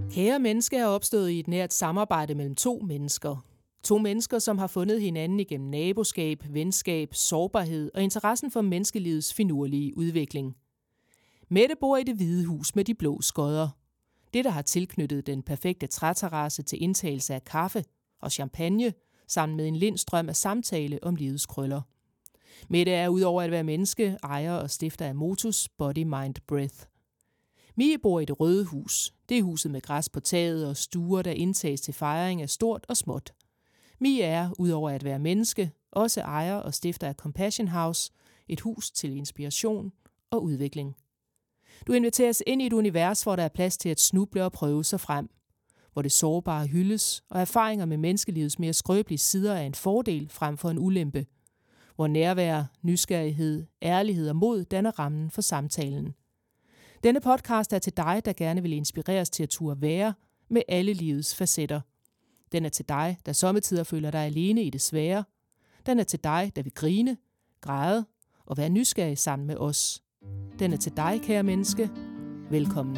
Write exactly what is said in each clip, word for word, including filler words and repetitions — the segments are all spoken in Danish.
Kære menneske er opstået i et nært samarbejde mellem to mennesker. To mennesker, som har fundet hinanden igennem naboskab, venskab, sårbarhed og interessen for menneskelivets finurlige udvikling. Mette bor i Det Hvide Hus med de blå skodder. Det, der har tilknyttet den perfekte træterrasse til indtagelse af kaffe og champagne, sammen med en lindstrøm af samtale om livets krøller. Mette er udover at være menneske, ejer og stifter af Motus Body Mind Breath. Mie bor i Det Røde Hus. Det er huset med græs på taget og stuer, der indtages til fejring af stort og småt. Mie er, udover at være menneske, også ejer og stifter af Compassion House, et hus til inspiration og udvikling. Du inviteres ind i et univers, hvor der er plads til at snuble og prøve sig frem. Hvor det sårbare hyldes, og erfaringer med menneskelivets mere skrøbelige sider er en fordel frem for en ulempe. Hvor nærvær, nysgerrighed, ærlighed og mod danner rammen for samtalen. Denne podcast er til dig, der gerne vil inspireres til at turde være med alle livets facetter. Den er til dig, der sommetider føler dig alene i det svære. Den er til dig, der vil grine, græde og være nysgerrig sammen med os. Den er til dig, kære menneske. Velkommen.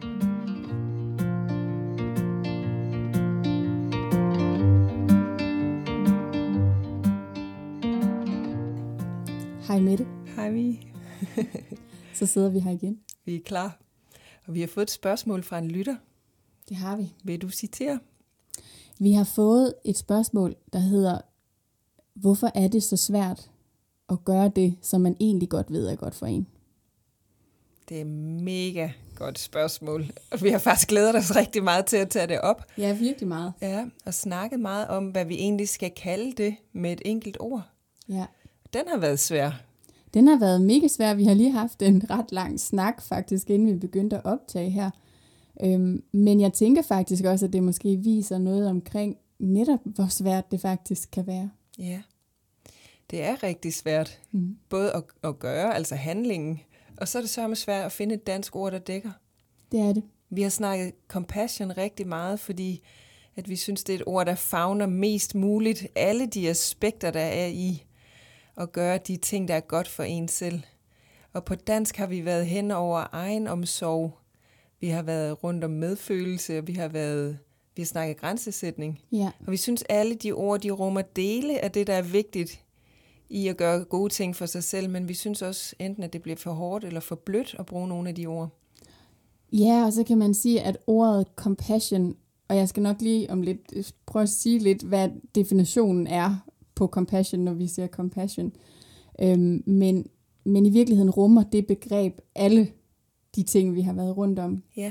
Hej Mette. Hej Vi. Så sidder vi her igen. Vi er klar. Og vi har fået et spørgsmål fra en lytter. Det har vi. Vil du citere? Vi har fået et spørgsmål, der hedder, hvorfor er det så svært at gøre det, som man egentlig godt ved er godt for en? Det er et mega godt spørgsmål. Og vi har faktisk glædet os rigtig meget til at tage det op. Ja, virkelig meget. Ja, og snakket meget om, hvad vi egentlig skal kalde det med et enkelt ord. Ja. Den har været svær. Den har været mega svær. Vi har lige haft en ret lang snak faktisk, inden vi begyndte at optage her. Øhm, men jeg tænker faktisk også, at det måske viser noget omkring netop, hvor svært det faktisk kan være. Ja, det er rigtig svært. Mm. Både at, at gøre, altså handlingen, og så er det sørme svært at finde et dansk ord, der dækker. Det er det. Vi har snakket compassion rigtig meget, fordi at vi synes, det er et ord, der favner mest muligt alle de aspekter, der er i at gøre de ting, der er godt for en selv. Og på dansk har vi været hen over egenomsorg. Vi har været rundt om medfølelse, og vi har været vi har snakket grænsesætning. Ja. Og vi synes, alle de ord, de rummer dele af det, der er vigtigt i at gøre gode ting for sig selv, men vi synes også enten, at det bliver for hårdt eller for blødt at bruge nogle af de ord. Ja, og så kan man sige, at ordet compassion, og jeg skal nok lige om lidt prøve at sige lidt, hvad definitionen er på compassion, når vi siger compassion. Øhm, men, men i virkeligheden rummer det begreb alle de ting, vi har været rundt om. Ja.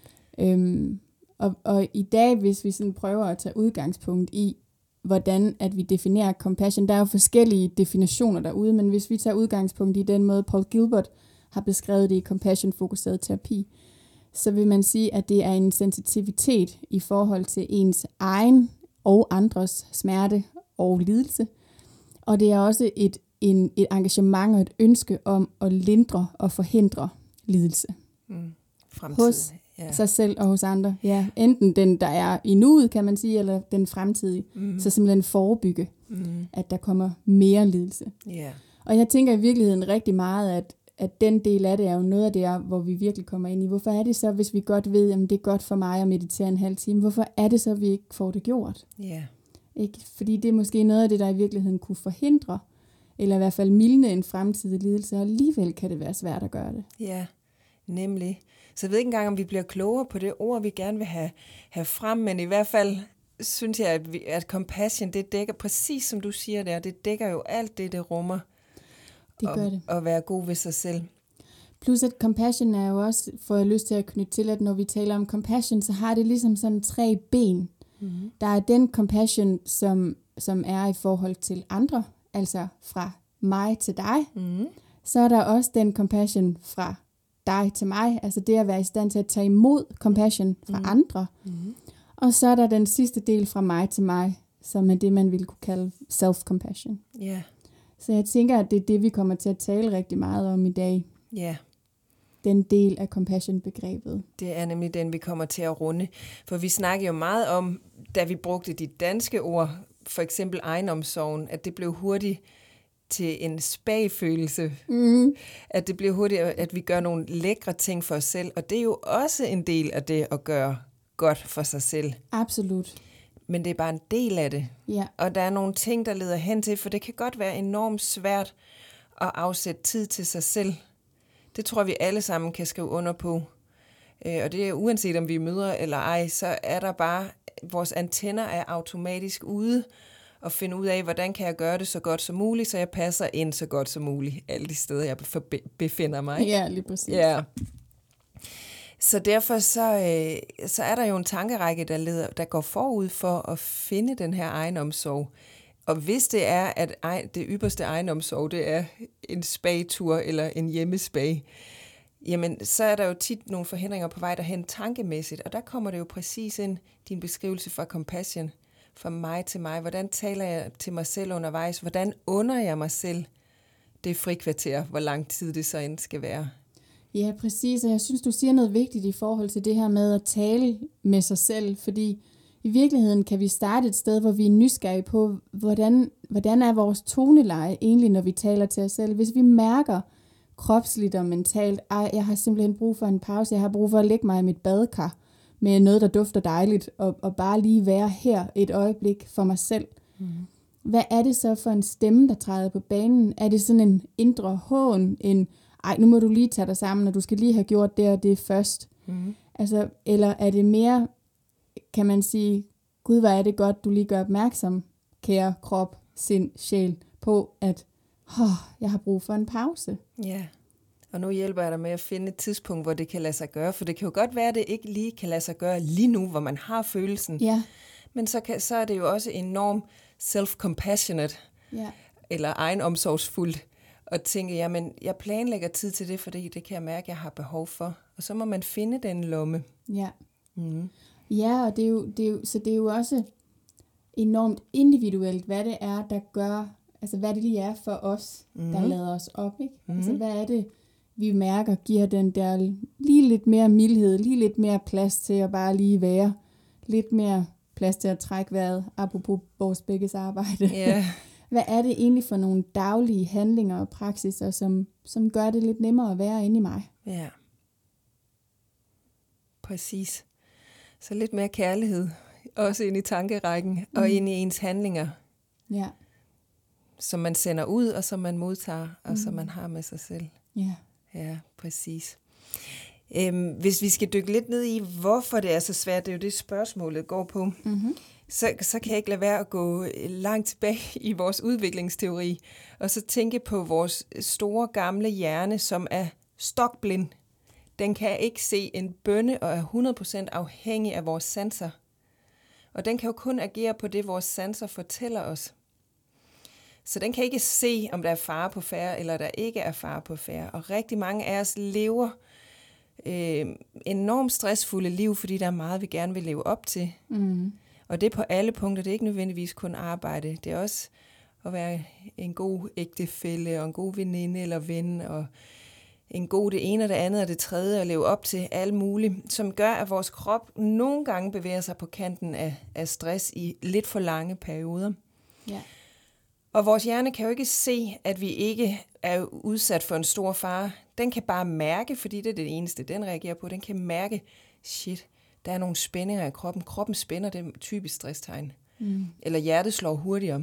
Øhm, og, og i dag, hvis vi sådan prøver at tage udgangspunkt i, hvordan at vi definerer compassion, der er jo forskellige definitioner derude, men hvis vi tager udgangspunkt i den måde, Paul Gilbert har beskrevet det i compassion-fokuseret terapi, så vil man sige, at det er en sensitivitet i forhold til ens egen og andres smerte og lidelse. Og det er også et, en, et engagement og et ønske om at lindre og forhindre lidelse. Mm. Hos ja. sig selv og hos andre. Ja, enten den, der er i nuet, kan man sige, eller den fremtidige. Mm. Så simpelthen forebygge, mm. at der kommer mere lidelse. Yeah. Og jeg tænker i virkeligheden rigtig meget, at, at den del af det er jo noget af det, hvor vi virkelig kommer ind i. Hvorfor er det så, hvis vi godt ved, at det er godt for mig at meditere en halv time, hvorfor er det så, at vi ikke får det gjort? Yeah. Ikke? Fordi det er måske noget af det, der i virkeligheden kunne forhindre, eller i hvert fald mildne en fremtidig lidelse, og alligevel kan det være svært at gøre det. Ja, nemlig. Så jeg ved ikke engang, om vi bliver klogere på det ord, vi gerne vil have, have frem, men i hvert fald synes jeg, at, vi, at compassion, det dækker, præcis som du siger der, det dækker jo alt det, det rummer. Det gør og, det. Og være god ved sig selv. Plus at compassion er jo også, får jeg lyst til at knytte til, at når vi taler om compassion, så har det ligesom sådan tre ben. Mm-hmm. Der er den compassion, som, som er i forhold til andre, altså fra mig til dig. Mm-hmm. Så er der også den compassion fra dig til mig, altså det at være i stand til at tage imod compassion fra mm-hmm. andre. Mm-hmm. Og så er der den sidste del fra mig til mig, som er det, man ville kunne kalde self-compassion. Ja. Yeah. Så jeg tænker, at det er det, vi kommer til at tale rigtig meget om i dag. Ja. Yeah. Den del af compassion-begrebet. Det er nemlig den, vi kommer til at runde. For vi snakker jo meget om, da vi brugte de danske ord, for eksempel egenomsorgen, at det blev hurtigt til en spagfølelse. Mm. At det bliver hurtigt, at vi gør nogle lækre ting for os selv. Og det er jo også en del af det at gøre godt for sig selv. Absolut. Men det er bare en del af det. Ja. Og der er nogle ting, der leder hen til, for det kan godt være enormt svært at afsætte tid til sig selv. Det tror vi alle sammen kan skrive under på. Øh, og det er uanset om vi er mødre eller ej, så er der bare, vores antenner er automatisk ude og finde ud af, hvordan kan jeg gøre det så godt som muligt, så jeg passer ind så godt som muligt alle de steder, jeg befinder mig. Ja, lige præcis. Ja. Så derfor så, øh, så er der jo en tankerække, der, leder, der går forud for at finde den her egenomsorg. Og hvis det er, at ej, det ypperste egenomsorg, det er en spa-tur eller en hjemmespag, jamen så er der jo tit nogle forhindringer på vej derhen tankemæssigt. Og der kommer det jo præcis ind, din beskrivelse fra compassion, fra mig til mig. Hvordan taler jeg til mig selv undervejs? Hvordan under jeg mig selv det frikvarter, hvor lang tid det så end skal være? Ja, præcis. Og jeg synes, du siger noget vigtigt i forhold til det her med at tale med sig selv, fordi i virkeligheden kan vi starte et sted, hvor vi er nysgerrige på, hvordan, hvordan er vores toneleje egentlig, når vi taler til os selv. Hvis vi mærker kropsligt og mentalt, ej, jeg har simpelthen brug for en pause, jeg har brug for at lægge mig i mit badekar med noget, der dufter dejligt, og, og bare lige være her et øjeblik for mig selv. Mm. Hvad er det så for en stemme, der træder på banen? Er det sådan en indre hån, en ej, nu må du lige tage dig sammen, og du skal lige have gjort det og det først. Mm. Altså, eller er det mere, kan man sige, gud, hvor er det godt, du lige gør opmærksom, kære krop, sind, sjæl, på, at oh, jeg har brug for en pause. Ja, og nu hjælper jeg dig med at finde et tidspunkt, hvor det kan lade sig gøre, for det kan jo godt være, at det ikke lige kan lade sig gøre lige nu, hvor man har følelsen. Ja. Men så, kan, så er det jo også enormt self-compassionate, ja. eller egenomsorgsfuldt, og tænke, jamen, jeg planlægger tid til det, fordi det kan jeg mærke, jeg har behov for. Og så må man finde den lomme. Ja, mm. ja og det er jo, det er jo, så det er jo også enormt individuelt, hvad det er, der gør, altså hvad det lige er for os, mm. der lader os op, ikke? Mm. Altså hvad er det, vi mærker, giver den der lige lidt mere mildhed, lige lidt mere plads til at bare lige være, lidt mere plads til at trække vejret, apropos vores begges arbejde. Yeah. Hvad er det egentlig for nogle daglige handlinger og praksiser, som, som gør det lidt nemmere at være inde i mig? Ja, præcis. Så lidt mere kærlighed, også ind i tankerækken, mm. og ind i ens handlinger. Ja. Som man sender ud, og som man modtager, og mm. som man har med sig selv. Ja. Ja, præcis. Øhm, hvis vi skal dykke lidt ned i, hvorfor det er så svært, det er jo det spørgsmålet går på, mm-hmm. så, så kan jeg ikke lade være at gå langt tilbage i vores udviklingsteori, og så tænke på vores store gamle hjerne, som er stokblind. Den kan ikke se en bønne og er hundrede procent afhængig af vores sanser. Og den kan jo kun agere på det, vores sanser fortæller os. Så den kan ikke se, om der er fare på færde, eller der ikke er fare på færde. Og rigtig mange af os lever øh, enormt stressfulde liv, fordi der er meget, vi gerne vil leve op til. Mm. Og det er på alle punkter. Det er ikke nødvendigvis kun arbejde. Det er også at være en god ægtefælle, og en god veninde eller ven, og en god det ene og det andet og det tredje, og leve op til alt muligt, som gør, at vores krop nogle gange bevæger sig på kanten af, af stress i lidt for lange perioder. Ja. Og vores hjerne kan jo ikke se, at vi ikke er udsat for en stor fare. Den kan bare mærke, fordi det er det eneste, den reagerer på. Den kan mærke, shit, der er nogle spændinger i kroppen. Kroppen spænder, det er typisk stresstegn. Mm. Eller hjertet slår hurtigere.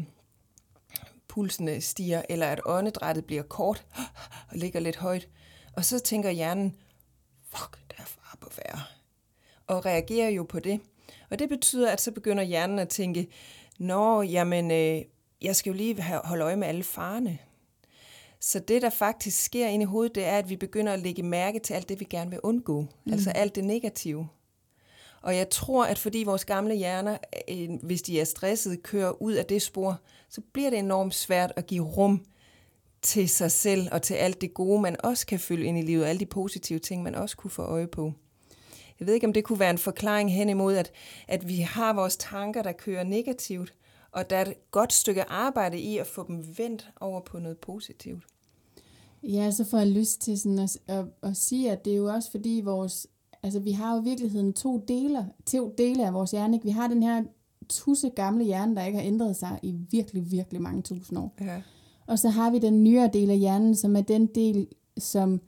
Pulsen stiger, eller at åndedrættet bliver kort og ligger lidt højt. Og så tænker hjernen, fuck, der er fare på færde. Og reagerer jo på det. Og det betyder, at så begynder hjernen at tænke, nå, jamen, øh, jeg skal jo lige holde øje med alle farerne. Så det, der faktisk sker inde i hovedet, det er, at vi begynder at lægge mærke til alt det, vi gerne vil undgå. Mm. Altså alt det negative. Og jeg tror, at fordi vores gamle hjerner, øh, hvis de er stressede, kører ud af det spor, så bliver det enormt svært at give rum til sig selv og til alt det gode, man også kan følge ind i livet, og alle de positive ting, man også kunne få øje på. Jeg ved ikke, om det kunne være en forklaring hen imod, at, at vi har vores tanker, der kører negativt, og der er et godt stykke arbejde i at få dem vendt over på noget positivt. Ja, så får jeg lyst til sådan at, at, at sige, at det er jo også fordi vores, altså vi har jo i virkeligheden to dele, to dele af vores hjerne. Ikke? Vi har den her tusse gamle hjerne, der ikke har ændret sig i virkelig, virkelig mange tusind år. Ja. Og så har vi den nyere del af hjernen, som er den del, som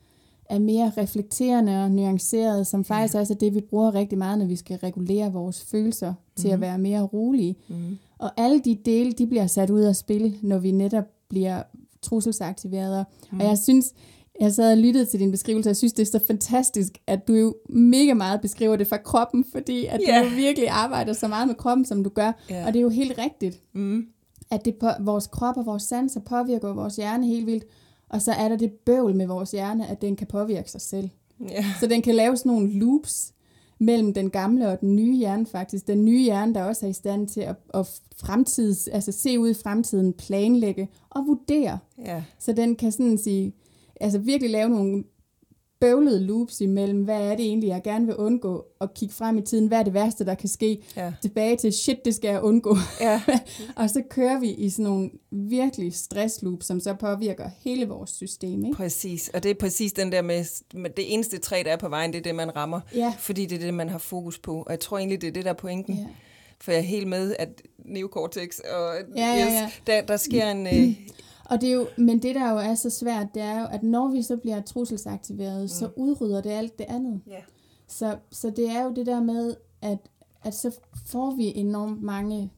er mere reflekterende og nuanceret, som faktisk ja. også er det, vi bruger rigtig meget, når vi skal regulere vores følelser til mm. at være mere rolige. Mm. Og alle de dele, de bliver sat ud af spil, når vi netop bliver trusselsaktiveret. Mm. Og jeg synes, jeg sad og lyttede til din beskrivelse, og jeg synes, det er så fantastisk, at du jo mega meget beskriver det fra kroppen, fordi at yeah. du jo virkelig arbejder så meget med kroppen, som du gør. Yeah. Og det er jo helt rigtigt, mm. at det på, vores krop og vores sanser påvirker vores hjerne helt vildt, og så er der det bøvl med vores hjerne, at den kan påvirke sig selv. Yeah. Så den kan lave sådan nogle loops mellem den gamle og den nye hjerne faktisk. Den nye hjerne, der også er i stand til at, at fremtids, altså se ud i fremtiden, planlægge og vurdere. Yeah. Så den kan sådan sige, altså virkelig lave nogle bøvlede loops imellem, hvad er det egentlig, jeg gerne vil undgå, og kigge frem i tiden, hvad er det værste, der kan ske, ja. tilbage til, shit, det skal jeg undgå. Ja. Og så kører vi i sådan nogle virkelig stressloop, som så påvirker hele vores system. Ikke? Præcis, og det er præcis den der med, med det eneste træ, der er på vejen, det er det, man rammer, ja. fordi det er det, man har fokus på. Og jeg tror egentlig, det er det, der er pointen. Ja. For jeg er helt med, at neocortex, og ja, ja, ja. Yes, der, der sker en... Øh, Og det er jo, men det, der jo er så svært, det er jo, at når vi så bliver trusselsaktiveret, mm. så udrydder det alt det andet. Yeah. Så, så det er jo det der med, at, at så får vi enormt mange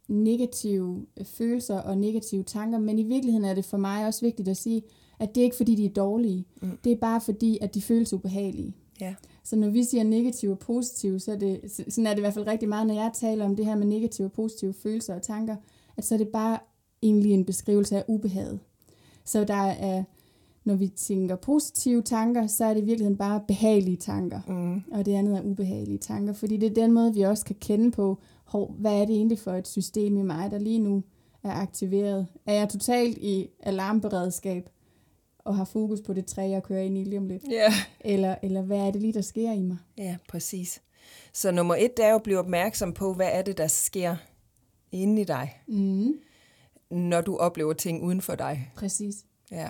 negative følelser og negative tanker, men i virkeligheden er det for mig også vigtigt at sige, at det er ikke fordi, de er dårlige. Mm. Det er bare fordi, at de føles ubehagelige. Yeah. Så når vi siger negative og positive, så er det, sådan er det i hvert fald rigtig meget, når jeg taler om det her med negative og positive følelser og tanker, at så er det bare egentlig en beskrivelse af ubehaget. Så der er, når vi tænker positive tanker, så er det i virkeligheden bare behagelige tanker. Mm. Og det andet er ubehagelige tanker. Fordi det er den måde, vi også kan kende på, hvad er det egentlig for et system i mig, der lige nu er aktiveret. Er jeg totalt i alarmberedskab og har fokus på det træ, jeg kører ind i lige om lidt? Yeah. Eller, eller hvad er det lige, der sker i mig? Ja, præcis. Så nummer et, det er jo at blive opmærksom på, hvad er det, der sker inde i dig. Mm. Når du oplever ting uden for dig. Præcis. Ja,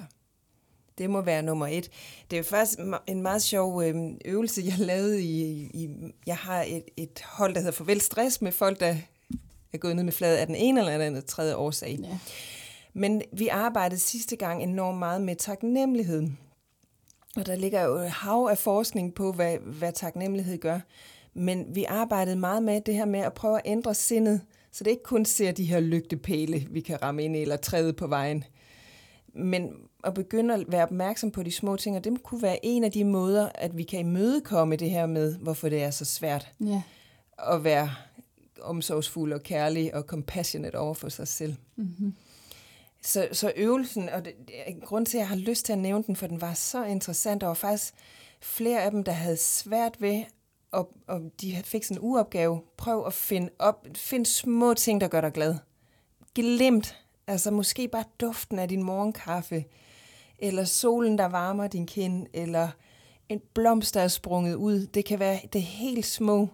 det må være nummer et. Det er faktisk en meget sjov øvelse, jeg lavede i... i jeg har et, et hold, der hedder Farvel Stress, med folk, der er gået ned med fladet af den ene eller den anden tredje årsag. Ja. Men vi arbejdede sidste gang enormt meget med taknemmelighed. Og der ligger jo et hav af forskning på, hvad, hvad taknemmelighed gør. Men vi arbejdede meget med det her med at prøve at ændre sindet, så det ikke kun ser de her lygtepæle, vi kan ramme ind i, eller træde på vejen. Men at begynde at være opmærksom på de små ting, og det kunne være en af de måder, at vi kan imødekomme det her med, hvorfor det er så svært ja. at være omsorgsfuld og kærlig og compassionate over for sig selv. Mm-hmm. Så, så øvelsen, og det, grund til, at jeg har lyst til at nævne den, for den var så interessant, og var faktisk flere af dem, der havde svært ved, og, og de fik sådan en uopgave, prøv at finde op, find små ting, der gør dig glad. Glimt, altså måske bare duften af din morgenkaffe, eller solen, der varmer din kind, eller en blomst, der er sprunget ud. Det kan være det helt små.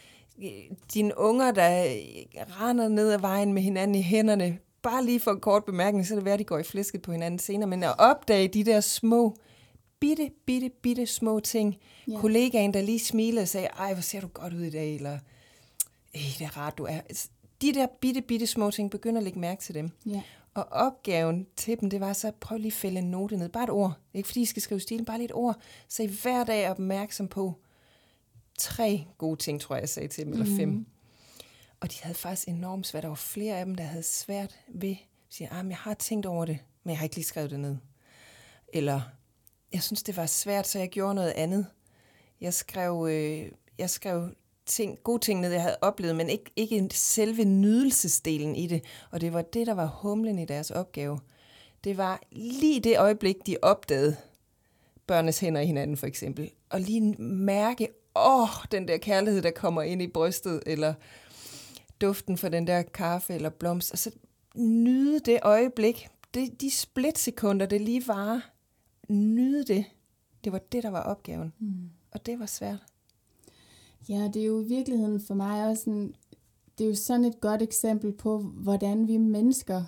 Dine unger, der render ned ad vejen med hinanden i hænderne, bare lige for en kort bemærkning, så er det værd, at de går i flæsket på hinanden senere, men at opdage de der små, bitte, bitte, bitte små ting. Ja. Kollegaen, der lige smilede og sagde, ej, hvor ser du godt ud i dag, eller, ej, det er rart, du er. De der bitte, bitte små ting, begynder at lægge mærke til dem. Ja. Og opgaven til dem, det var så, prøv lige at fælde en note ned, bare et ord. Ikke fordi I skal skrive stilen, bare lige et ord. Så I hver dag er opmærksom på tre gode ting, tror jeg, jeg sagde til dem, eller mm. fem. Og de havde faktisk enormt svært. Der var flere af dem, der havde svært ved at sige, ah, men jeg har tænkt over det, men jeg har ikke lige skrevet det ned. Eller, jeg synes, det var svært, så jeg gjorde noget andet. Jeg skrev, øh, jeg skrev ting, gode ting ned, jeg havde oplevet, men ikke, ikke selve nydelsesdelen i det. Og det var det, der var humlen i deres opgave. Det var lige det øjeblik, de opdagede børnenes hænder i hinanden, for eksempel. Og lige mærke, åh, den der kærlighed, der kommer ind i brystet, eller duften for den der kaffe eller blomst, og så nyde det øjeblik, det, de splitsekunder, det lige var, nyde det. Det var det, der var opgaven. Mm. Og det var svært. Ja, det er jo i virkeligheden for mig også en, det er jo sådan et godt eksempel på, hvordan vi mennesker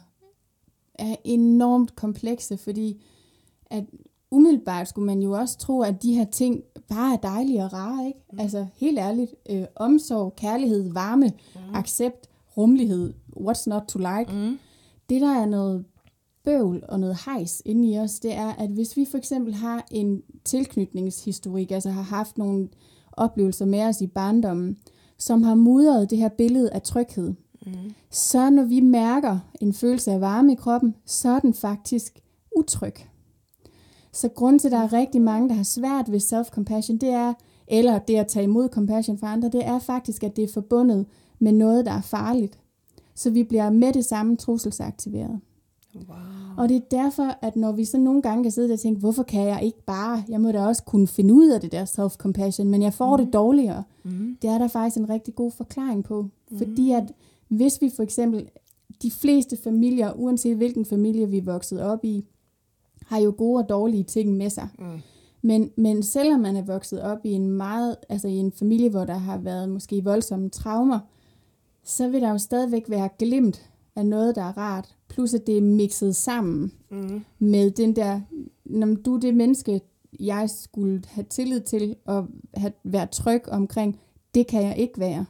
er enormt komplekse, fordi at umiddelbart skulle man jo også tro, at de her ting bare er dejlige og rare, ikke? Mm. Altså helt ærligt, øh, omsorg, kærlighed, varme, mm. accept, rummelighed, what's not to like. Mm. Det der er noget bøvl og noget hejs inde i os, det er, at hvis vi for eksempel har en tilknytningshistorik, altså har haft nogle oplevelser med os i barndommen, som har mudret det her billede af tryghed, mm. så når vi mærker en følelse af varme i kroppen, så er den faktisk utryg. Så grund til, at der er rigtig mange, der har svært ved self-compassion, det er, eller det at tage imod compassion fra andre, det er faktisk, at det er forbundet med noget, der er farligt. Så vi bliver med det samme trusselsaktiveret. Wow. Og det er derfor, at når vi så nogle gange kan sidde der og tænke, hvorfor kan jeg ikke bare, jeg må da også kunne finde ud af det der self-compassion, men jeg får mm. det dårligere. Mm. Det er der faktisk en rigtig god forklaring på. Mm. Fordi at hvis vi for eksempel, de fleste familier, uanset hvilken familie vi er vokset op i, har jo gode og dårlige ting med sig. Mm. Men, men selvom man er vokset op i en meget, altså i en familie, hvor der har været måske voldsomme traumer, så vil der jo stadigvæk være glimt af noget, der er rart. Plus at det er mixet sammen mm. med den der, når du er det menneske, jeg skulle have tillid til og have, være tryg omkring, det kan jeg ikke være.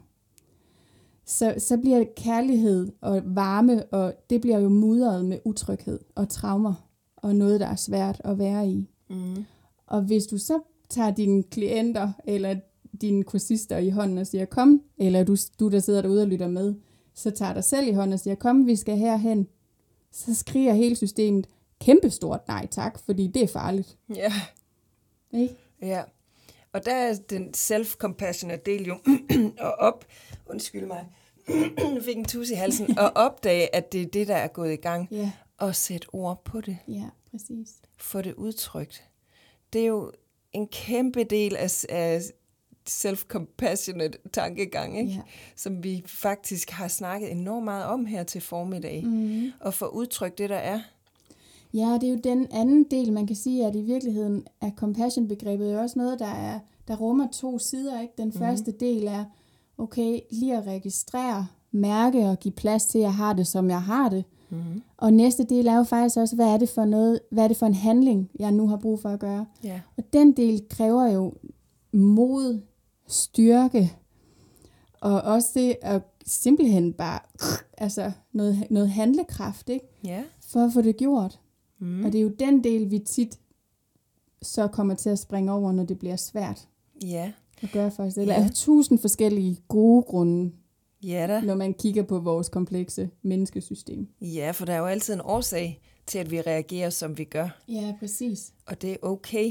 Så, så bliver det kærlighed og varme, og det bliver jo mudret med utryghed og traumer, og noget, der er svært at være i. Mm. Og hvis du så tager dine klienter, eller dine kursister i hånden og siger, kom, eller du, du der sidder derude og lytter med, så tager dig selv i hånden og siger, kom, vi skal herhen, så skriger hele systemet, kæmpestort nej tak, fordi det er farligt. Ja. Ikke? Ja. Og der er den self-compassionate del jo og op, undskyld mig, nu fik en tus i halsen, og opdage, at det er det, der er gået i gang, ja. Og sætte ord på det. Ja, præcis. Få det udtrykt. Det er jo en kæmpe del af, af self-compassionate tankegang, ikke? Ja. Som vi faktisk har snakket enormt meget om her til formiddag, mm. og få udtrykt det, der er. Ja, det er jo den anden del, man kan sige, at i virkeligheden er compassion-begrebet jo også noget, der, er, der rummer to sider. Ikke? Den mm. første del er, okay, lige at registrere, mærke og give plads til, at jeg har det, som jeg har det. Mm. Og næste del er jo faktisk også, hvad er det for noget, hvad er det for en handling, jeg nu har brug for at gøre. Yeah. Og den del kræver jo mod, styrke, og også det at simpelthen bare, altså noget, noget handlekraft, ikke? Yeah. For at få det gjort. Mm. Og det er jo den del, vi tit så kommer til at springe over, når det bliver svært yeah. at gøre for os selv. Yeah. Der er tusind forskellige gode grunde, ja, da. Når man kigger på vores komplekse menneskesystem. Ja, for der er jo altid en årsag til, at vi reagerer, som vi gør. Ja, præcis. Og det er okay.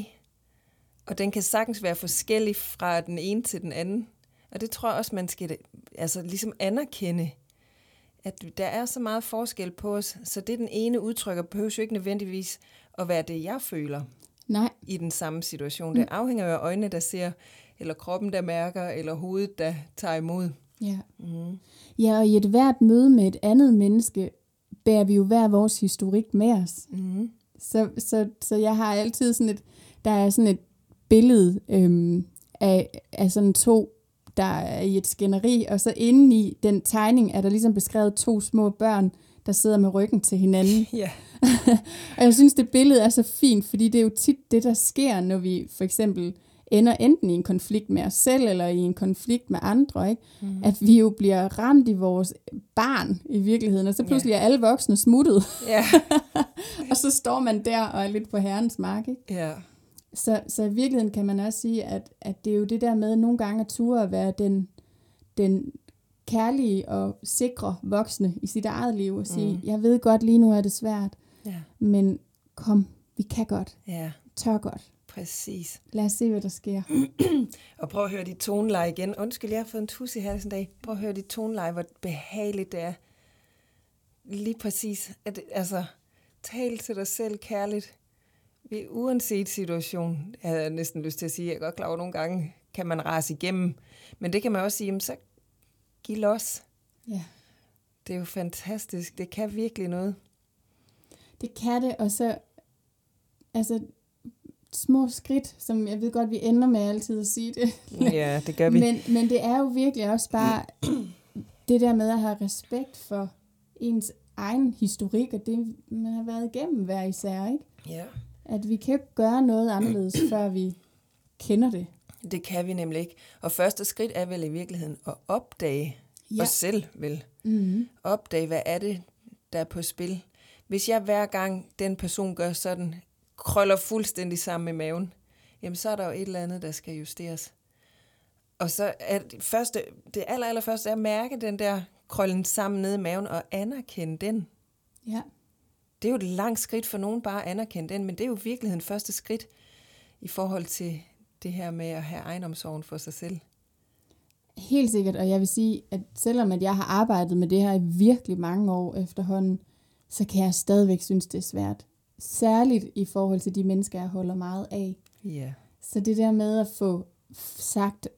Og den kan sagtens være forskellig fra den ene til den anden. Og det tror jeg også, man skal altså, ligesom anerkende, at der er så meget forskel på os. Så det, den ene udtrykker, behøver jo ikke nødvendigvis at være det, jeg føler. Nej. I den samme situation. Det afhænger jo af øjnene, der ser, eller kroppen, der mærker, eller hovedet, der tager imod. Ja. Mm. Ja, og i et hvert møde med et andet menneske, bærer vi jo hver vores historik med os. Mm. Så, så, så jeg har altid sådan et, der er sådan et billede øhm, af, af sådan to, der er i et skænderi, og så inde i den tegning er der ligesom beskrevet to små børn, der sidder med ryggen til hinanden. Ja. Og jeg synes, det billede er så fint, fordi det er jo tit det, der sker, når vi for eksempel ender enten i en konflikt med os selv, eller i en konflikt med andre, ikke? Mm. At vi jo bliver ramt i vores barn i virkeligheden, og så pludselig yeah. er alle voksne smuttet. Yeah. Og så står man der og er lidt på herrens mark, ikke? Yeah. Så, så i virkeligheden kan man også sige, at, at det er jo det der med nogle gange at ture at være den, den kærlige og sikre voksne i sit eget liv, og sige, mm. jeg ved godt, lige nu er det svært, yeah. men kom, vi kan godt, yeah. tør godt. Præcis. Lad os se, hvad der sker. Og prøv at høre dit toneleje igen. Undskyld, jeg har fået en tus i halsen dag. Prøv at høre dit toneleje, hvor behageligt det er. Lige præcis. At, altså, tal til dig selv kærligt. Uanset situation, jeg havde næsten lyst til at sige, jeg er godt klar over, nogle gange kan man rase igennem. Men det kan man også sige, jamen, så giv los. Ja. Det er jo fantastisk. Det kan virkelig noget. Det kan det, og så altså små skridt, som jeg ved godt, vi ender med altid at sige det. Ja, det gør vi. Men, men det er jo virkelig også bare det der med at have respekt for ens egen historik, og det, man har været igennem hver især, ikke? Ja. At vi kan ikke gøre noget anderledes, før vi kender det. Det kan vi nemlig ikke. Og første skridt er vel i virkeligheden at opdage ja. os selv, vel? Mm-hmm. Opdage, hvad er det, der er på spil? Hvis jeg hver gang den person gør sådan, krøller fuldstændig sammen i maven, jamen så er der jo et eller andet, der skal justeres. Og så er det, første, det aller, aller første er at mærke den der krøllen sammen nede i maven og anerkende den. Ja. Det er jo et langt skridt for nogen bare at anerkende den, men det er jo i virkeligheden første skridt i forhold til det her med at have egenomsorgen for sig selv. Helt sikkert, og jeg vil sige, at selvom at jeg har arbejdet med det her i virkelig mange år efterhånden, så kan jeg stadigvæk synes, det er svært. Særligt i forhold til de mennesker, jeg holder meget af. Yeah. Så det der med at få sagt,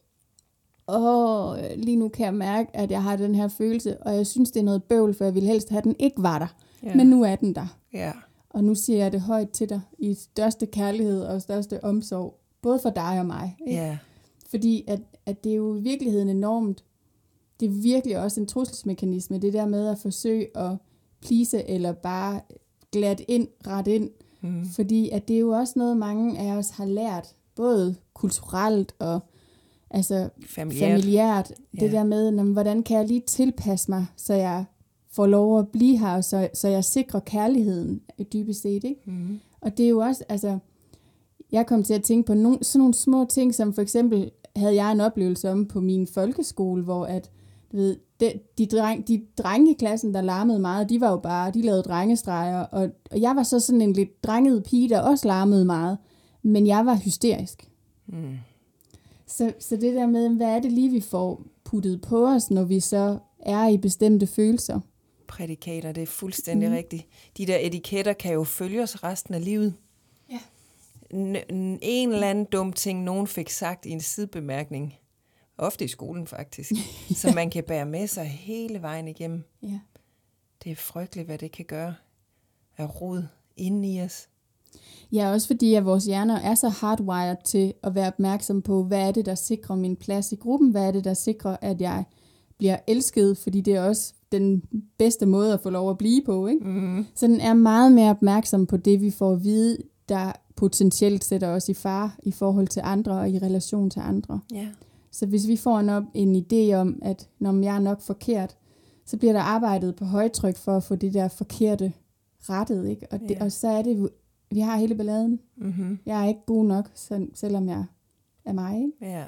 åh, lige nu kan jeg mærke, at jeg har den her følelse, og jeg synes, det er noget bøvl, for jeg ville helst have, at den ikke var der. Yeah. Men nu er den der. Yeah. Og nu siger jeg det højt til dig, i største kærlighed og største omsorg, både for dig og mig. Ikke? Yeah. Fordi at, at det er jo i virkeligheden enormt, det er virkelig også en trusselsmekanisme, det der med at forsøge at please eller bare glat ind, ret ind. Mm. Fordi at det er jo også noget, mange af os har lært, både kulturelt og altså familiært. familiært det yeah. der med, når, hvordan kan jeg lige tilpasse mig, så jeg får lov at blive her, så, så jeg sikrer kærligheden dybest set. Ikke? Mm. Og det er jo også, altså, jeg kom til at tænke på nogle, sådan nogle små ting, som for eksempel havde jeg en oplevelse om på min folkeskole, hvor at, du ved, de, de, dreng, de drenge i klassen, der larmede meget, de var jo bare, de lavede drengestreger, og, og jeg var så sådan en lidt drenget pige, der også larmede meget, men jeg var hysterisk. Mm. Så, så det der med, hvad er det lige, vi får puttet på os, når vi så er i bestemte følelser? Prædikater, det er fuldstændig mm. rigtigt. De der etiketter kan jo følge os resten af livet. Ja. N- en eller anden dum ting, nogen fik sagt i en sidebemærkning, ofte i skolen faktisk, ja. Som man kan bære med sig hele vejen igennem. Ja. Det er frygteligt, hvad det kan gøre af rod inde i os. Ja, også fordi at vores hjerner er så hardwired til at være opmærksom på, hvad er det, der sikrer min plads i gruppen, hvad er det, der sikrer, at jeg bliver elsket, fordi det er også den bedste måde at få lov at blive på. Ikke? Mm. Så den er meget mere opmærksom på det, vi får at vide, der potentielt sætter os i fare i forhold til andre og i relation til andre. Yeah. Så hvis vi får en, op, en idé om, at når jeg er nok forkert, så bliver der arbejdet på højtryk for at få det der forkerte rettet. Ikke? Og, det, yeah. og så er det, vi har hele balladen. Mm-hmm. Jeg er ikke god nok, så, selvom jeg er mig. Ikke? Ja.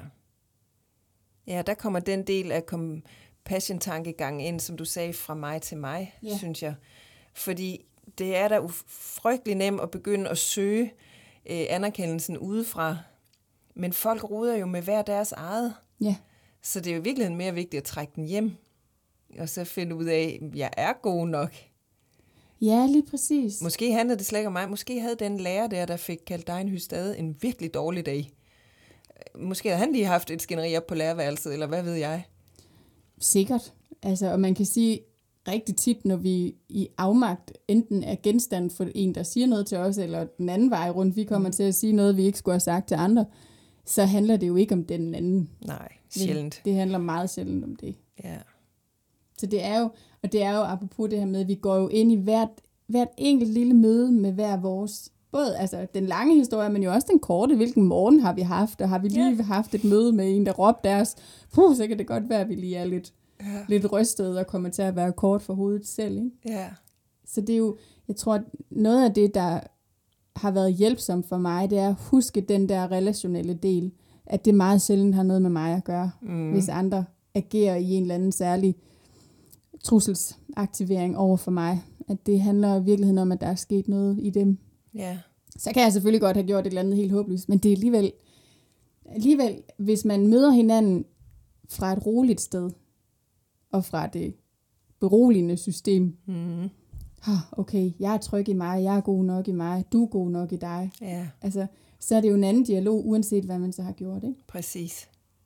Ja, der kommer den del af compassion-tankegangen ind, som du sagde, fra mig til mig, yeah. synes jeg. Fordi det er da frygtelig nemt at begynde at søge øh, anerkendelsen udefra. Men folk ruder jo med hver deres eget. Yeah. Så det er jo virkelig mere vigtigt at trække den hjem. Og så finde ud af, at jeg er god nok. Ja, lige præcis. Måske handlede det slet ikke om mig. Måske havde den lærer der, der fik kaldt dig en hystade, en virkelig dårlig dag. Måske havde han lige haft et skænderi op på lærerværelset, eller hvad ved jeg? Sikkert. Altså, og man kan sige rigtig tit, når vi i afmagt enten er genstand for en, der siger noget til os, eller den anden vej rundt, vi kommer mm. til at sige noget, vi ikke skulle have sagt til andre, så handler det jo ikke om den anden. Nej, sjældent. Det, det handler meget sjældent om det. Ja. Så det er jo, og det er jo apropos det her med, at vi går jo ind i hvert, hvert enkelt lille møde med hver vores, både altså den lange historie, men jo også den korte, hvilken morgen har vi haft, og har vi lige yeah. haft et møde med en, der råbte deres, puh, så kan det godt være, at vi lige er lidt, yeah. lidt rystet og kommer til at være kort for hovedet selv. Ikke? Yeah. Så det er jo, jeg tror, at noget af det, der har været hjælpsomt for mig, det er at huske den der relationelle del, at det meget sjældent har noget med mig at gøre, mm. hvis andre agerer i en eller anden særlig trusselsaktivering over for mig. At det handler i virkeligheden om, at der er sket noget i dem. Yeah. Så kan jeg selvfølgelig godt have gjort et eller andet helt håbløst, men det er alligevel, alligevel, hvis man møder hinanden fra et roligt sted, og fra det beroligende system, mm. okay, jeg er tryg i mig, jeg er god nok i mig, du er god nok i dig. Yeah. Altså, så er det jo en anden dialog, uanset hvad man så har gjort. Ikke? Præcis.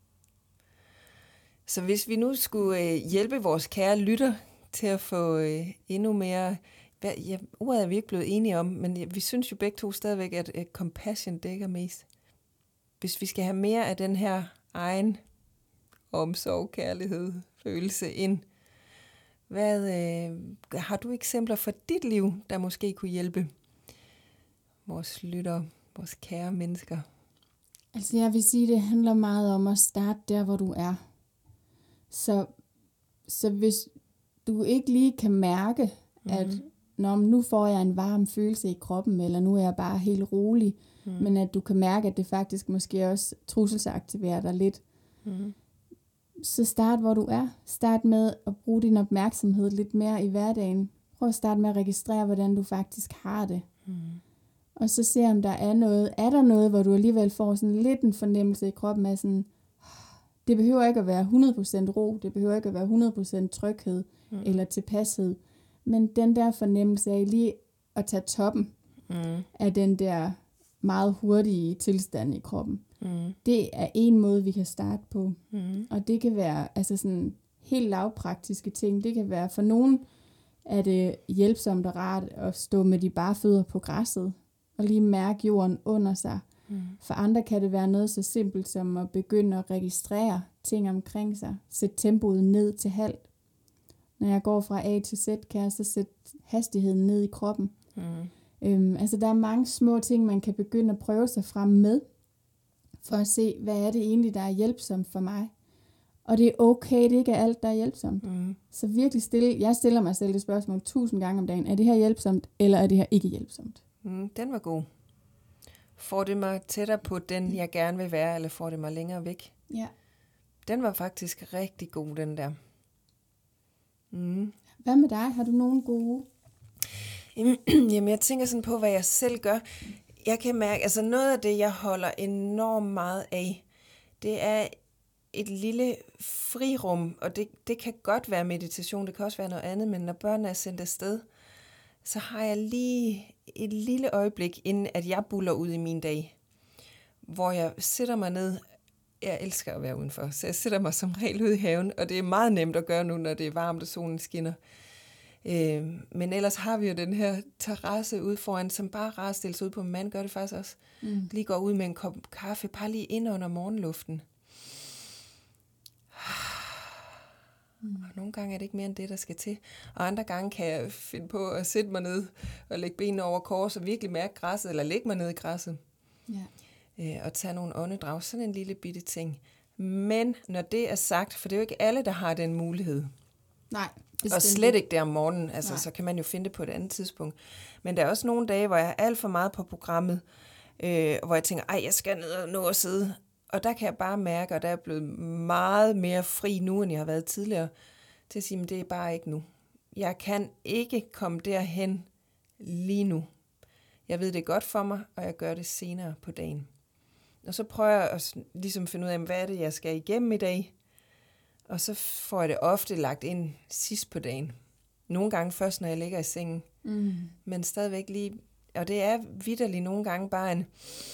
Så hvis vi nu skulle øh, hjælpe vores kære lytter til at få øh, endnu mere, hvad, ja, ordet er vi ikke blevet enige om, men ja, vi synes jo begge to stadigvæk, at øh, compassion dækker mest. Hvis vi skal have mere af den her egen omsorg, kærlighed, følelse ind, hvad, øh, har du eksempler fra dit liv, der måske kunne hjælpe vores lytter, vores kære mennesker? Altså jeg vil sige, det handler meget om at starte der, hvor du er. Så, så hvis du ikke lige kan mærke, mm-hmm. at Nå, nu får jeg en varm følelse i kroppen, eller nu er jeg bare helt rolig. Mm. Men at du kan mærke, at det faktisk måske også trusselsaktiverer dig lidt. Mm. Så start, hvor du er. Start med at bruge din opmærksomhed lidt mere i hverdagen. Prøv at starte med at registrere, hvordan du faktisk har det. Mm. Og så se, om der er noget. Er der noget, hvor du alligevel får sådan lidt en fornemmelse i kroppen af sådan, det behøver ikke at være hundrede procent ro, det behøver ikke at være hundrede procent tryghed mm. eller tilpashed. Men den der fornemmelse af lige at tage toppen mm. af den der meget hurtige tilstand i kroppen. Mm. Det er en måde, vi kan starte på. Mm. Og det kan være altså sådan helt lavpraktiske ting. Det kan være for nogen, er det hjælpsomt og rart at stå med de bare fødder på græsset og lige mærke jorden under sig. Mm. For andre kan det være noget så simpelt som at begynde at registrere ting omkring sig. Sæt tempoet ned til halvt. Når jeg går fra A til Z, kan jeg så sætte hastigheden ned i kroppen. Mm. Øhm, altså der er mange små ting, man kan begynde at prøve sig frem med, for at se, hvad er det egentlig, der er hjælpsomt for mig. Og det er okay, det ikke er alt, der er hjælpsomt. Mm. Så virkelig stille, jeg stiller mig selv det spørgsmål tusind gange om dagen, er det her hjælpsomt, eller er det her ikke hjælpsomt? Mm, den var god. Får det mig tættere på den, jeg gerne vil være, eller får det mig længere væk? Ja. Den var faktisk rigtig god, den der. Mm. Hvad med dig? Har du nogen gode? Jamen, jeg tænker sådan på, hvad jeg selv gør. Jeg kan mærke, altså noget af det, jeg holder enormt meget af, det er et lille frirum, og det, det kan godt være meditation, det kan også være noget andet, men når børnene er sendt afsted, så har jeg lige et lille øjeblik, inden at jeg buller ud i min dag, hvor jeg sætter mig ned. Jeg elsker at være udenfor, så jeg sætter mig som regel ude i haven, og det er meget nemt at gøre nu, når det er varmt og solen skinner. Øh, men ellers har vi jo den her terrasse ude foran, som bare rart stilles ud på. Min mand gør det faktisk også. Mm. Lige går ud med en kop kaffe, bare lige ind under morgenluften. Mm. Og nogle gange er det ikke mere end det, der skal til. Og andre gange kan jeg finde på at sætte mig ned og lægge benene over kors og virkelig mærke græsset, eller lægge mig ned i græsset. Ja. Øh, og tage nogle åndedrag. Sådan en lille bitte ting. Men når det er sagt, for det er jo ikke alle, der har den mulighed. Nej. Og slet ikke der om morgenen, altså Nej. Så kan man jo finde det på et andet tidspunkt. Men der er også nogle dage, hvor jeg er alt for meget på programmet, øh, hvor jeg tænker, ej, jeg skal ned og nå at sidde. Og der kan jeg bare mærke, og der er blevet meget mere fri nu, end jeg har været tidligere, til at sige, men det er bare ikke nu. Jeg kan ikke komme derhen lige nu. Jeg ved det er godt for mig, og jeg gør det senere på dagen. Og så prøver jeg at ligesom finde ud af, hvad er det, jeg skal igennem i dag. Og så får jeg det ofte lagt ind sidst på dagen. Nogle gange først, når jeg ligger i sengen. Mm. Men stadigvæk lige... Og det er vitterligt nogle gange bare en...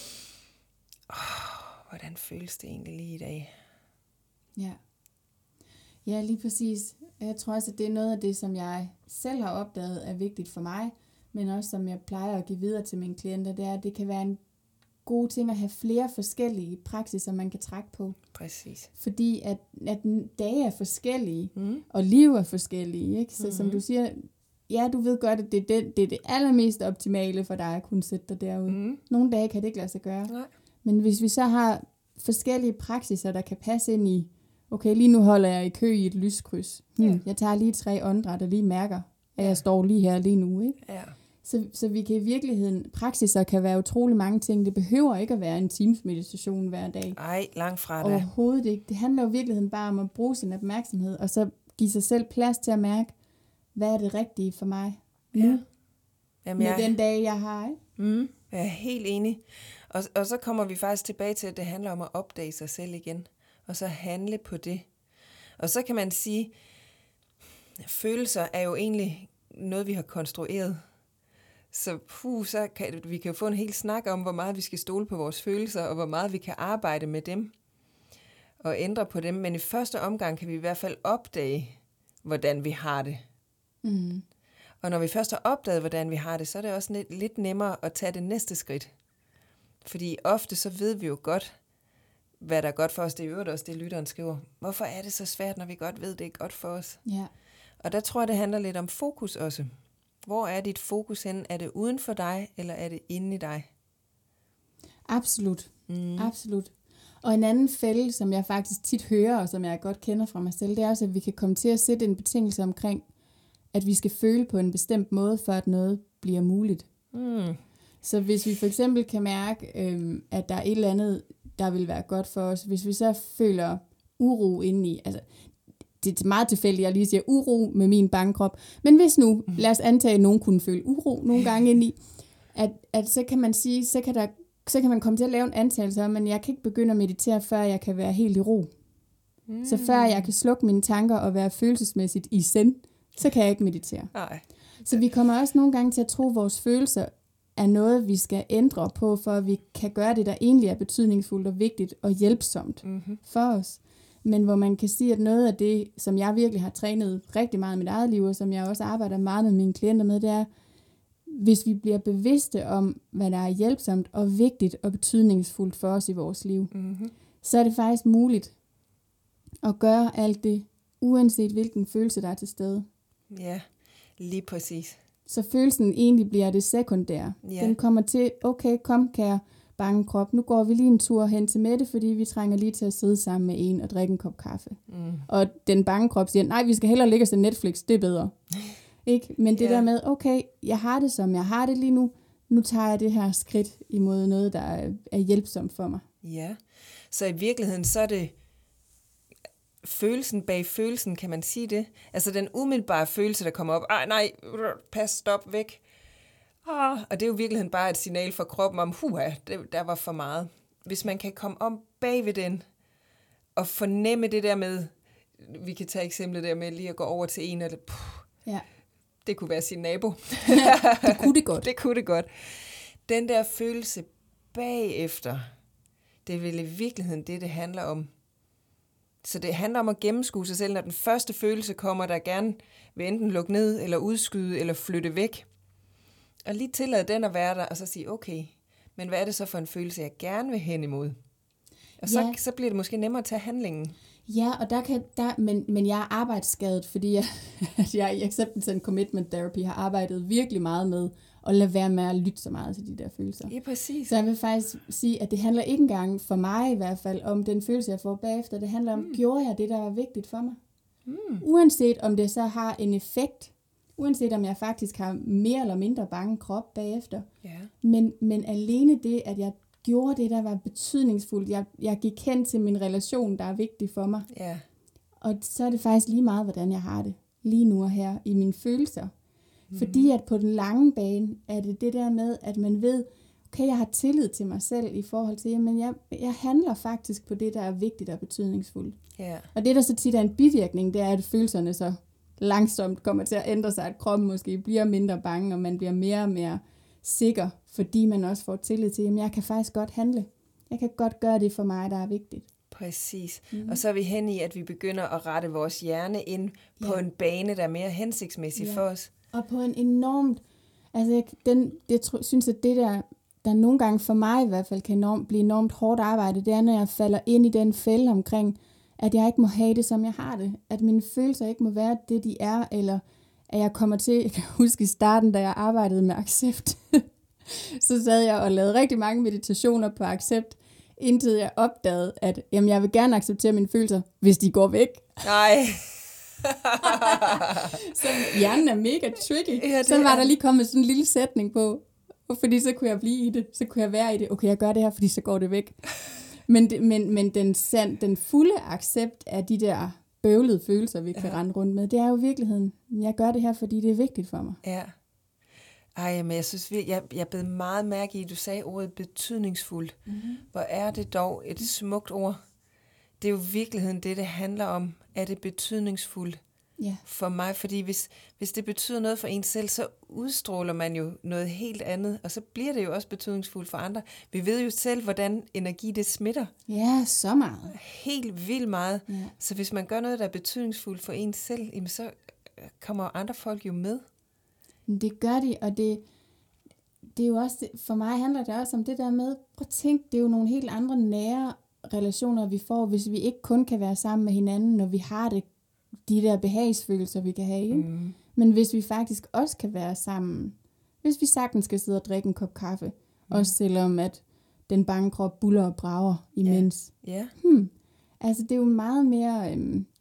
Åh, hvordan føles det egentlig lige i dag? Ja. Ja, lige præcis. Jeg tror også, at det er noget af det, som jeg selv har opdaget er vigtigt for mig, men også som jeg plejer at give videre til mine klienter, det er, at det kan være en god ting at have flere forskellige praksiser, man kan trække på. Præcis. Fordi at, at dage er forskellige, mm. og liv er forskellige. Ikke? Så mm-hmm. som du siger, ja, du ved godt, at det er det, det, er det allermest optimale for dig at kunne sætte dig derude. Mm. Nogle dage kan det ikke lade sig gøre. Nej. Men hvis vi så har forskellige praksiser, der kan passe ind i, okay, lige nu holder jeg i kø i et lyskryds. Hmm, yeah. Jeg tager lige tre åndedræt og lige mærker, at jeg står lige her lige nu. Ikke? Ja. Så, så vi kan i virkeligheden, praksiser kan være utrolig mange ting. Det behøver ikke at være en Teams meditation hver dag. Nej, langt fra det. Overhovedet ikke. Det handler jo i virkeligheden bare om at bruge sin opmærksomhed, og så give sig selv plads til at mærke, hvad er det rigtige for mig nu, ja. Jamen, med jeg... den dag, jeg har. Ikke? Mm, jeg er helt enig. Og, og så kommer vi faktisk tilbage til, at det handler om at opdage sig selv igen, og så handle på det. Og så kan man sige, følelser er jo egentlig noget, vi har konstrueret. Så puh, så kan vi kan jo få en hel snak om, hvor meget vi skal stole på vores følelser, og hvor meget vi kan arbejde med dem og ændre på dem. Men i første omgang kan vi i hvert fald opdage, hvordan vi har det. Mm. Og når vi først har opdaget, hvordan vi har det, så er det også lidt nemmere at tage det næste skridt. Fordi ofte så ved vi jo godt, hvad der er godt for os. Det er jo også det, lytteren skriver. Hvorfor er det så svært, når vi godt ved, det er godt for os? Ja. Og der tror jeg, det handler lidt om fokus også. Hvor er dit fokus hen? Er det uden for dig, eller er det inde i dig? Absolut. Mm. Absolut. Og en anden fælde, som jeg faktisk tit hører, og som jeg godt kender fra mig selv, det er også, at vi kan komme til at sætte en betingelse omkring, at vi skal føle på en bestemt måde, for at noget bliver muligt. Mm. Så hvis vi for eksempel kan mærke, øhm, at der er et eller andet, der vil være godt for os, hvis vi så føler uro indeni, altså det er meget tilfældigt, jeg lige siger uro med min bange krop, men hvis nu, lad os antage, at nogen kunne føle uro nogle gange indeni, at, at så kan man sige, så kan, der, så kan man komme til at lave en antagelse om, men jeg kan ikke begynde at meditere, før jeg kan være helt i ro. Mm. Så før jeg kan slukke mine tanker og være følelsesmæssigt i zen, så kan jeg ikke meditere. Nej. Så vi kommer også nogle gange til at tro, at vores følelser er noget, vi skal ændre på, for at vi kan gøre det, der egentlig er betydningsfuldt og vigtigt og hjælpsomt mm-hmm. for os. Men hvor man kan sige, at noget af det, som jeg virkelig har trænet rigtig meget i mit eget liv, og som jeg også arbejder meget med mine klienter med, det er, hvis vi bliver bevidste om, hvad der er hjælpsomt og vigtigt og betydningsfuldt for os i vores liv, mm-hmm. så er det faktisk muligt at gøre alt det, uanset hvilken følelse, der er til stede. Ja, lige præcis. Så følelsen egentlig bliver det sekundære. Ja. Den kommer til, okay, kom kære bange krop, nu går vi lige en tur hen til Mette, fordi vi trænger lige til at sidde sammen med en og drikke en kop kaffe. Mm. Og den bange krop siger, nej, vi skal hellere ligge os til Netflix, det er bedre. Ikke? Men det ja. der med, okay, jeg har det, som jeg har det lige nu, nu tager jeg det her skridt imod noget, der er, er hjælpsomt for mig. Ja, så i virkeligheden, så er det følelsen bag følelsen, kan man sige det? Altså den umiddelbare følelse, der kommer op, ej nej, pas, stop, væk. Ah, og det er jo i virkeligheden bare et signal fra kroppen om, huha, det, der var for meget. Hvis man kan komme om bag ved den, og fornemme det der med, vi kan tage eksemplet der med lige at gå over til en, eller puh, ja. det kunne være sin nabo. Ja, det kunne det godt. det kunne det godt. Den der følelse bagefter, det er vel i virkeligheden det, det handler om. Så det handler om at gennemskue sig selv, når den første følelse kommer, der gerne vil enten lukke ned, eller udskyde, eller flytte væk. Og lige tillade den at være der, og så sige, okay, men hvad er det så for en følelse, jeg gerne vil hen imod? Og så, ja. så bliver det måske nemmere at tage handlingen. Ja, og der kan, der, men, men jeg er arbejdsskadet, fordi jeg, jeg i Acceptance and Commitment Therapy har arbejdet virkelig meget med at lade være med at lytte så meget til de der følelser. Ja, præcis. Så jeg vil faktisk sige, at det handler ikke engang for mig i hvert fald om den følelse, jeg får bagefter. Det handler om, mm. gjorde jeg det, der var vigtigt for mig? Mm. Uanset om det så har en effekt, uanset om jeg faktisk har mere eller mindre bange krop bagefter. Yeah. Men, men alene det, at jeg gjorde det, der var betydningsfuldt. Jeg, jeg gik hen til min relation, der er vigtig for mig. Yeah. Og så er det faktisk lige meget, hvordan jeg har det. Lige nu og her i mine følelser. Mm. Fordi at på den lange bane er det det der med, at man ved, okay, jeg har tillid til mig selv i forhold til, men jeg, jeg handler faktisk på det, der er vigtigt og betydningsfuldt. Yeah. Og det, der så tit er en bivirkning, det er, at følelserne så langsomt kommer til at ændre sig, at kroppen måske bliver mindre bange, og man bliver mere og mere sikker, fordi man også får tillid til, at jeg kan faktisk godt handle. Jeg kan godt gøre det for mig, der er vigtigt. Præcis. Mm. Og så er vi hen i, at vi begynder at rette vores hjerne ind på ja. en bane, der er mere hensigtsmæssig ja. for os. Og på en enormt, altså jeg, den, jeg tror, synes, at det der, der nogle gange for mig i hvert fald kan enormt, blive enormt hårdt arbejde, det er, når jeg falder ind i den fælde omkring, at jeg ikke må have det, som jeg har det. At mine følelser ikke må være det, de er, eller at jeg kommer til, jeg kan huske i starten, da jeg arbejdede med Accept, så sad jeg og lavede rigtig mange meditationer på Accept, indtil jeg opdagede, at jamen, jeg vil gerne acceptere mine følelser, hvis de går væk. Nej. Så hjernen er mega tricky. Ja, så var er... der lige kommet sådan en lille sætning på, fordi så kunne jeg blive i det, så kunne jeg være i det. Okay, jeg gør det her, fordi så går det væk. Men, det, men, men den, sand, den fulde accept af de der bøvlede følelser, vi kan ja. rende rundt med, det er jo i virkeligheden, jeg gør det her, fordi det er vigtigt for mig. Ja. Ej, men jeg synes, jeg, jeg blev meget mærke i, at du sagde ordet betydningsfuldt. Mm-hmm. Hvor er det dog et smukt ord. Det er jo i virkeligheden det, det handler om. Er det betydningsfuldt yeah. for mig? Fordi hvis, hvis det betyder noget for en selv, så udstråler man jo noget helt andet, og så bliver det jo også betydningsfuldt for andre. Vi ved jo selv, hvordan energi det smitter. Ja, så meget. Helt vildt meget. Yeah. Så hvis man gør noget, der er betydningsfuldt for en selv, jamen så kommer andre folk jo med. Det gør de, og det, det er jo også, for mig handler det også om det der med, prøv at tænke, det er jo nogle helt andre nære relationer, vi får, hvis vi ikke kun kan være sammen med hinanden, når vi har det, de der behagsfølelser, vi kan have. Mm. Men hvis vi faktisk også kan være sammen, hvis vi sagtens skal sidde og drikke en kop kaffe, mm. også selvom at den bange krop buller og brager imens. Yeah. Yeah. Hmm. Altså det er jo meget mere øhm,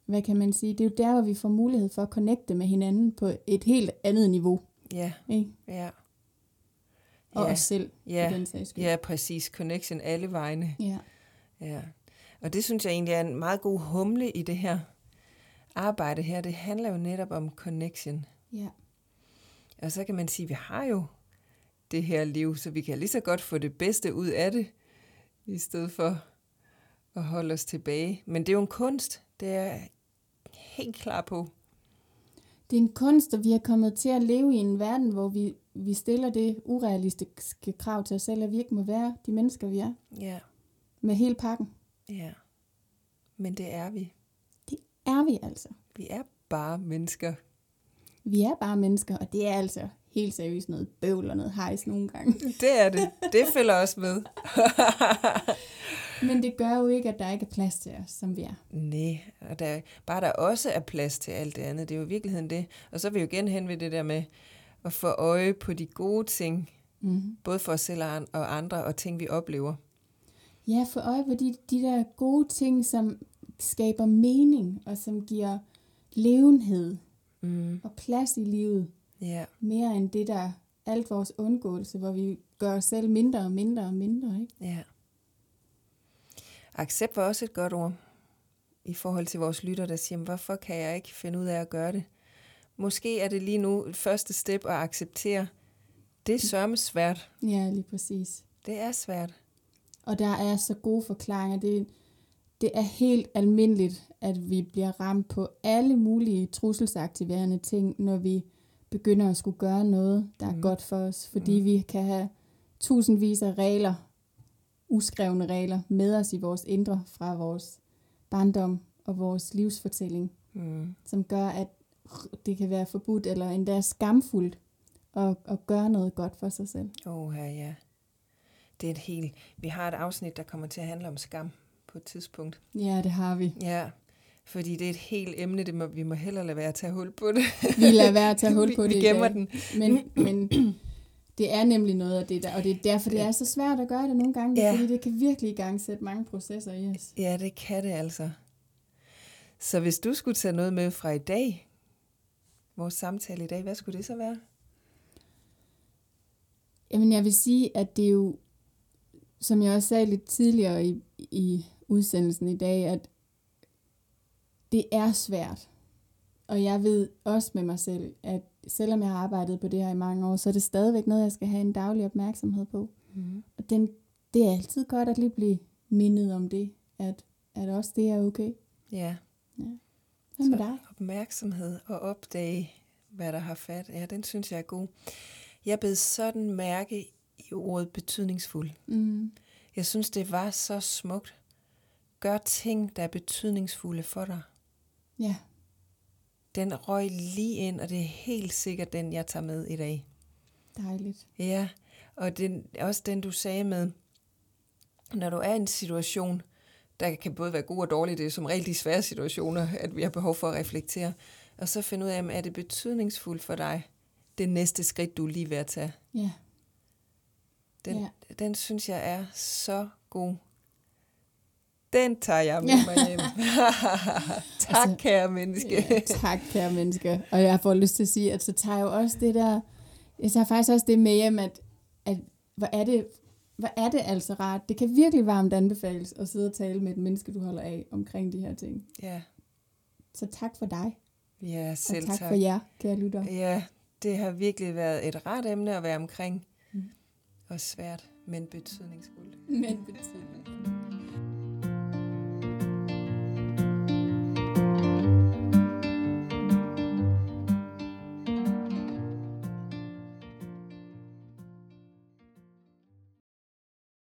hvad kan man sige, det er jo der, hvor vi får mulighed for at connecte med hinanden på et helt andet niveau. Ja, ikke? ja. Og ja. os selv, ja. for den sags skyld. Ja, præcis. Connection alle vegne. Ja. Ja. Og det synes jeg egentlig er en meget god humle i det her arbejde her. Det handler jo netop om connection. Ja. Og så kan man sige, at vi har jo det her liv, så vi kan lige så godt få det bedste ud af det, i stedet for at holde os tilbage. Men det er jo en kunst, det er jeg helt klar på. Det er en kunst, og vi er kommet til at leve i en verden, hvor vi, vi stiller det urealistiske krav til os selv, at vi ikke må være de mennesker, vi er. Ja. Med hele pakken. Ja. Men det er vi. Det er vi altså. Vi er bare mennesker. Vi er bare mennesker, og det er altså helt seriøst noget bøvl og noget hejs nogle gange. Det er det. Det følger også med. Men det gør jo ikke, at der ikke er plads til os, som vi er. Nej, og der, bare der også er plads til alt det andet. Det er jo i virkeligheden det. Og så er vi jo igen hen ved det der med at få øje på de gode ting, Mm-hmm. både for os selv og andre, og ting, vi oplever. Ja, få øje på de, de der gode ting, som skaber mening, og som giver levenhed Mm. og plads i livet. Ja. Mere end det der, alt vores undgåelse, hvor vi gør os selv mindre og mindre og mindre, ikke? Ja. Accept var også et godt ord i forhold til vores lytter, der siger, hvorfor kan jeg ikke finde ud af at gøre det? Måske er det lige nu et første step at acceptere. Det er sørme svært. Ja, lige præcis. Det er svært. Og der er så gode forklaringer. Det, det er helt almindeligt, at vi bliver ramt på alle mulige trusselsaktiverende ting, når vi begynder at skulle gøre noget, der er Mm. godt for os. Fordi Mm. vi kan have tusindvis af regler, uskrevne regler, med os i vores indre fra vores barndom og vores livsfortælling, Mm. som gør, at det kan være forbudt eller endda skamfuldt at, at gøre noget godt for sig selv. Åh, ja, ja. Det er et helt... Vi har et afsnit, der kommer til at handle om skam på et tidspunkt. Ja, det har vi. Ja, fordi det er et helt emne, det må, vi må hellere lade være at tage hul på det. Vi lader være at tage hul på vi, det vi i gemmer dag. den. Men, men det er nemlig noget af det der, og det er derfor, det er så svært at gøre det nogle gange, Ja. fordi det kan virkelig i gang sætte mange processer i os. Ja, det kan det altså. Så hvis du skulle tage noget med fra i dag, vores samtale i dag, hvad skulle det så være? Jamen, jeg vil sige, at det er jo, som jeg også sagde lidt tidligere i, i udsendelsen i dag, at det er svært. Og jeg ved også med mig selv, at selvom jeg har arbejdet på det her i mange år, så er det stadigvæk noget, jeg skal have en daglig opmærksomhed på. Mm. Og den, det er altid godt at lige blive mindet om det, at, at også det er okay. Ja, Hvad med så dig? opmærksomhed og opdage, hvad der har fat. Ja, den synes jeg er god. Jeg bed sådan mærke i ordet betydningsfuld. Mm. Jeg synes, det var så smukt. Gør ting, der er betydningsfulde for dig. Ja, Den røg lige ind, og det er helt sikkert den, jeg tager med i dag. dejligt. Ja, og den, også den, du sagde med, når du er i en situation, der kan både være god og dårlig, det er som regel de svære situationer, at vi har behov for at reflektere, og så finde ud af, er det betydningsfuldt for dig, det næste skridt, du er lige ved at tage. Ja. Den, Ja. den synes jeg er så god. Den tager jeg med mig hjem. Tak, Altså, kære menneske. Ja, tak, kære menneske. Og jeg får lyst til at sige, at så tager jeg jo også det der, jeg tager faktisk også det med hjem, at, at hvor, er det, hvor er det altså rart. Det kan virkelig varmt anbefales at sidde og tale med et menneske, du holder af omkring de her ting. Ja, Så tak for dig, ja, selv og tak, tak. for jer, kære lytter. Ja, det har virkelig været et rart emne at være omkring. Mm. Og svært, men betydningsfuldt. Men betydning.